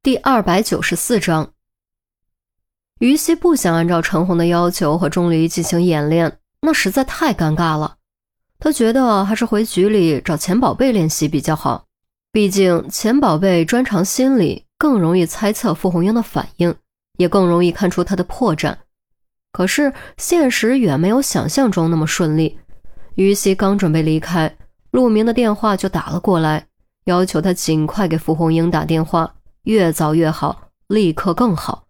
第294章。于西不想按照陈红的要求和钟离进行演练，那实在太尴尬了。他觉得还是回局里找钱宝贝练习比较好，毕竟钱宝贝专长心理，更容易猜测傅红英的反应，也更容易看出他的破绽。可是现实远没有想象中那么顺利。于西刚准备离开，陆明的电话就打了过来，要求他尽快给傅红英打电话，越早越好，立刻更好。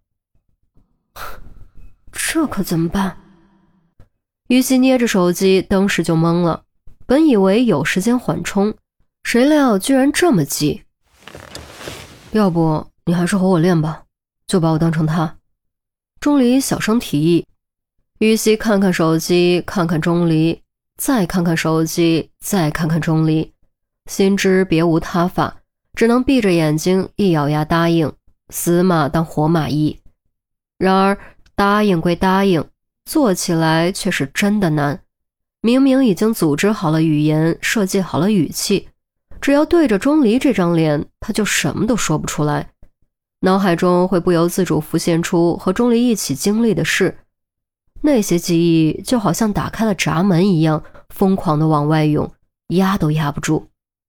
这可怎么办？于西捏着手机，当时就懵了。本以为有时间缓冲，谁料居然这么急。要不你还是和我练吧，就把我当成他。钟离小声提议。于西看看手机，看看钟离，再看看手机，再看看钟离，心知别无他法，只能闭着眼睛一咬牙答应，死马当活马医。然而答应归答应，做起来却是真的难。明明已经组织好了语言，设计好了语气，只要对着钟离这张脸，他就什么都说不出来。脑海中会不由自主浮现出和钟离一起经历的事，那些记忆就好像打开了闸门一样，疯狂地往外涌，压都压不住。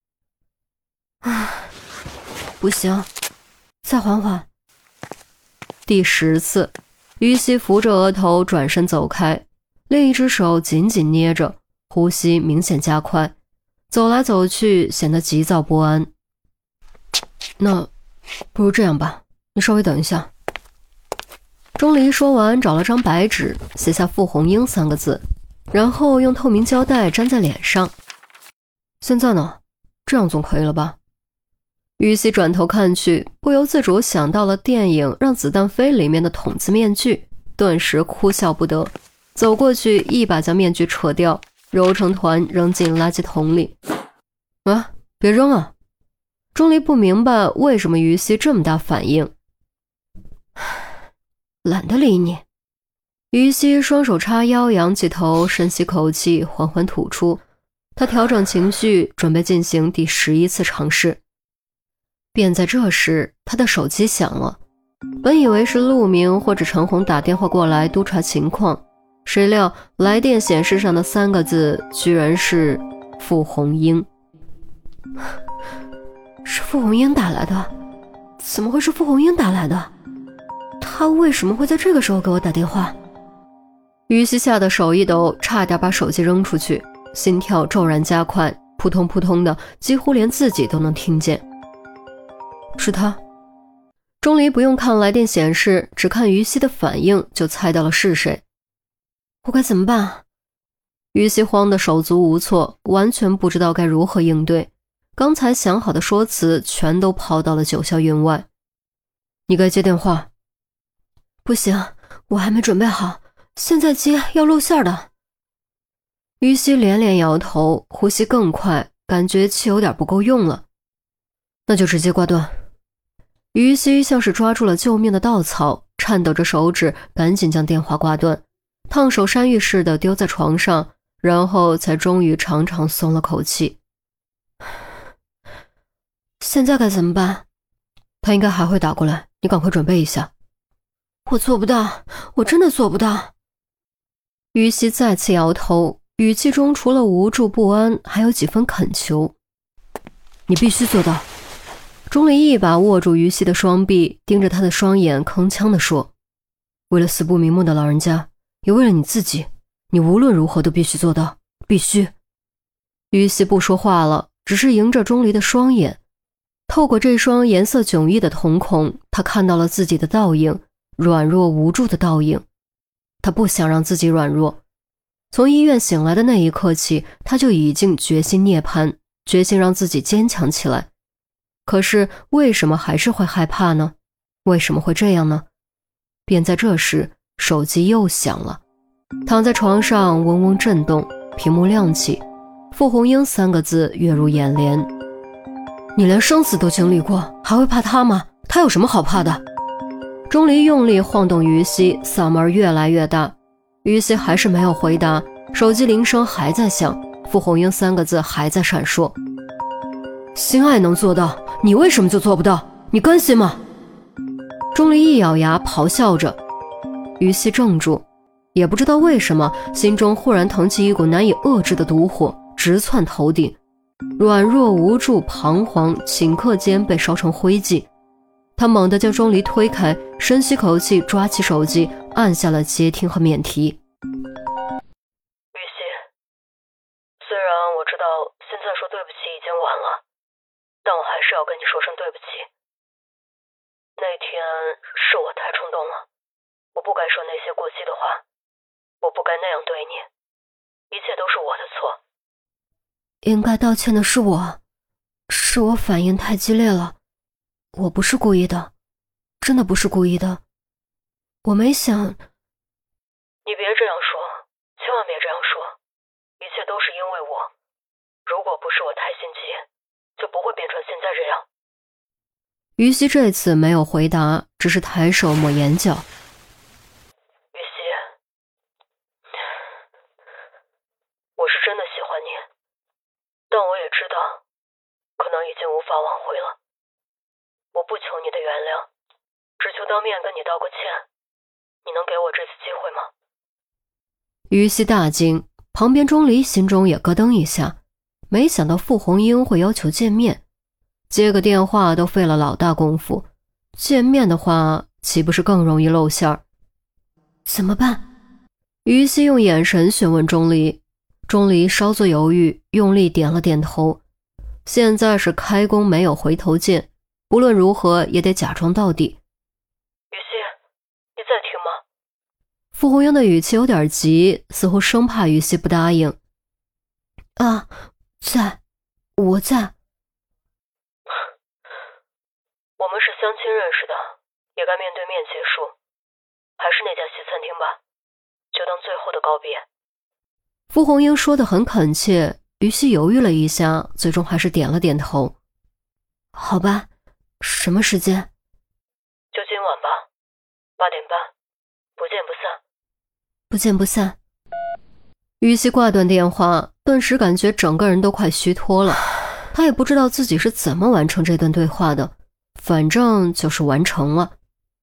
不行，再缓缓。第10次，于西扶着额头转身走开，另一只手紧紧捏着，呼吸明显加快，走来走去显得急躁不安。那不如这样吧，你稍微等一下。钟离说完，找了张白纸，写下傅红英3个字，然后用透明胶带粘在脸上。现在呢，这样总可以了吧？于西转头看去，不由自主想到了电影《让子弹飞》里面的筒子面具，顿时哭笑不得，走过去一把将面具扯掉，揉成团扔进垃圾桶里。别扔啊！钟离不明白为什么于西这么大反应。懒得理你。于西双手叉腰，仰起头，深吸口气，缓缓吐出。他调整情绪，准备进行第11次尝试。便在这时，他的手机响了。本以为是陆明或者陈红打电话过来督查情况，谁料来电显示上的3个字居然是傅红英。是傅红英打来的？怎么会是傅红英打来的？他为什么会在这个时候给我打电话？于西吓得手一抖，差点把手机扔出去，心跳骤然加快，扑通扑通的，几乎连自己都能听见。是他。钟离不用看来电显示，只看于西的反应就猜到了是谁。我该怎么办？于西慌得手足无措，完全不知道该如何应对，刚才想好的说辞全都抛到了九霄云外。你该接电话。不行，我还没准备好，现在接要露馅的。于西连连摇头，呼吸更快，感觉气有点不够用了。那就直接挂断。于西像是抓住了救命的稻草，颤抖着手指赶紧将电话挂断，烫手山芋似的丢在床上，然后才终于长长松了口气。现在该怎么办？他应该还会打过来，你赶快准备一下。我做不到，我真的做不到。于西再次摇头，语气中除了无助不安，还有几分恳求。你必须做到。钟离一把握住于西的双臂，盯着他的双眼，铿锵地说：为了死不瞑目的老人家，也为了你自己，你无论如何都必须做到，必须。于西不说话了，只是迎着钟离的双眼，透过这双颜色迥异的瞳孔，他看到了自己的倒影，软弱无助的倒影。他不想让自己软弱。从医院醒来的那一刻起，他就已经决心涅槃，决心让自己坚强起来。可是为什么还是会害怕呢？为什么会这样呢？便在这时，手机又响了。躺在床上嗡嗡震动，屏幕亮起，傅红英3个字跃入眼帘。你连生死都经历过，还会怕他吗？他有什么好怕的？钟离用力晃动于西，嗓门越来越大。于西还是没有回答，手机铃声还在响，傅红英3个字还在闪烁。心爱能做到，你为什么就做不到？你甘心吗？ 钟离一咬牙咆哮着，于西怔住，也不知道为什么，心中忽然腾起一股难以遏制的毒火，直窜头顶，软弱无助，彷徨，顷刻间被烧成灰烬。他猛地将钟离推开，深吸口气，抓起手机按下了接听和免提。 雨熙，虽然我知道现在说对不起已经晚了，但我还是要跟你说声对不起。那天是我太冲动了，我不该说那些过激的话，我不该那样对你，一切都是我的错。 应该道歉的是我，是我反应太激烈了，我不是故意的，真的不是故意的，我没想。 你别这样说，千万别这样说，一切都是因为我，如果不是我太心急，就不会变成现在这样。 于西这次没有回答，只是抬手抹眼角。 于西，我是真的喜欢你，但我也知道可能已经无法挽回了。我不求你的原谅，只求当面跟你道个歉，你能给我这次机会吗？ 于西大惊，旁边钟离心中也咯噔一下，没想到傅红英会要求见面，接个电话都费了老大功夫，见面的话岂不是更容易露馅儿？怎么办？于西用眼神询问钟离，钟离稍作犹豫，用力点了点头。现在是开弓没有回头箭，不论如何也得假装到底。 于西，你在听吗？ 傅红英的语气有点急，似乎生怕于西不答应。啊，我在。 我们是相亲认识的，也该面对面结束，还是那家西餐厅吧，就当最后的告别。 傅红英说得很恳切，于西犹豫了一下，最终还是点了点头。好吧，什么时间？ 就今晚吧，8点半，不见不散。 不见不散。于西挂断电话，顿时感觉整个人都快虚脱了。他也不知道自己是怎么完成这段对话的，反正就是完成了。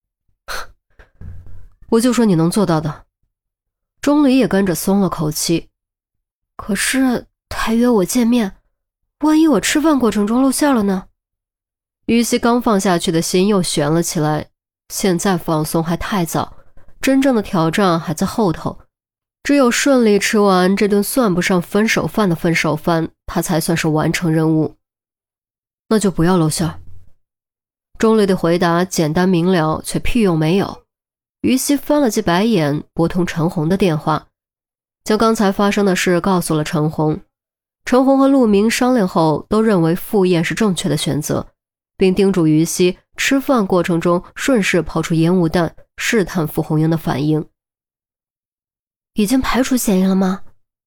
我就说你能做到的。钟离也跟着松了口气。可是他约我见面，万一我吃饭过程中露馅了呢？于西刚放下去的心又悬了起来，现在放松还太早，真正的挑战还在后头。只有顺利吃完这顿算不上分手饭的分手饭，他才算是完成任务。那就不要露馅。钟离的回答简单明了，却屁用没有。于西翻了记白眼，拨通陈红的电话，将刚才发生的事告诉了陈红。陈红和陆明商量后，都认为赴宴是正确的选择，并叮嘱于西吃饭过程中顺势抛出烟雾弹，试探傅红英的反应。已经排除嫌疑了吗？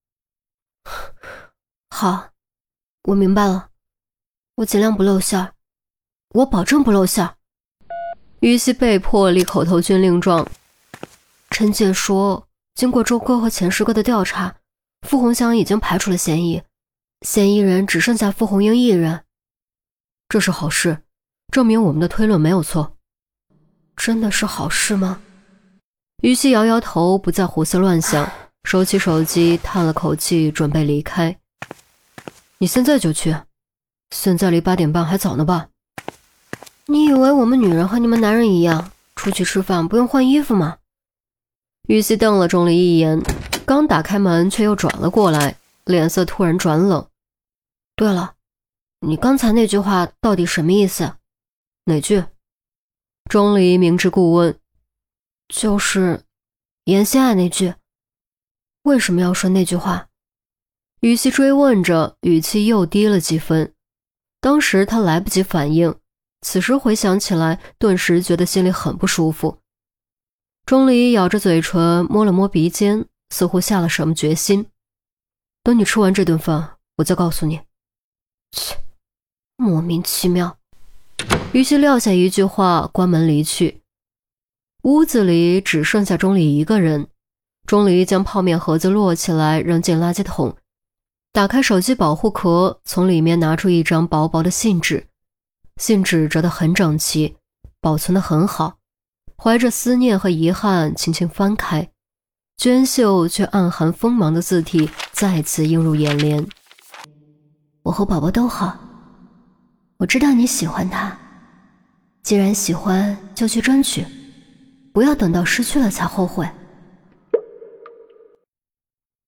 好，我明白了，我尽量不露馅，我保证不露馅。于西被迫立口头军令状。陈姐说，经过周哥和钱师哥的调查，傅红香已经排除了嫌疑，嫌疑人只剩下傅红英一人。这是好事，证明我们的推论没有错。真的是好事吗？于西摇摇头，不再胡思乱想，收起手机，叹了口气，准备离开。你现在就去？现在离8点半还早呢吧？你以为我们女人和你们男人一样，出去吃饭不用换衣服吗？于西瞪了钟离一眼，刚打开门却又转了过来，脸色突然转冷。对了，你刚才那句话到底什么意思？哪句？钟离明知故问。就是严心爱那句。为什么要说那句话？于西追问着，语气又低了几分。当时他来不及反应，此时回想起来，顿时觉得心里很不舒服。钟离咬着嘴唇，摸了摸鼻尖，似乎下了什么决心。等你吃完这顿饭，我再告诉你。切，莫名其妙。于西撂下一句话，关门离去。屋子里只剩下钟离一个人。钟离将泡面盒子摞起来，扔进垃圾桶，打开手机保护壳，从里面拿出一张薄薄的信纸。信纸折得很整齐，保存得很好， 怀着思念和遗憾轻轻翻开，娟秀却暗含锋芒的字体再次映入眼帘。 我和宝宝都好，我知道你喜欢他，既然喜欢就去争取，不要等到失去了才后悔。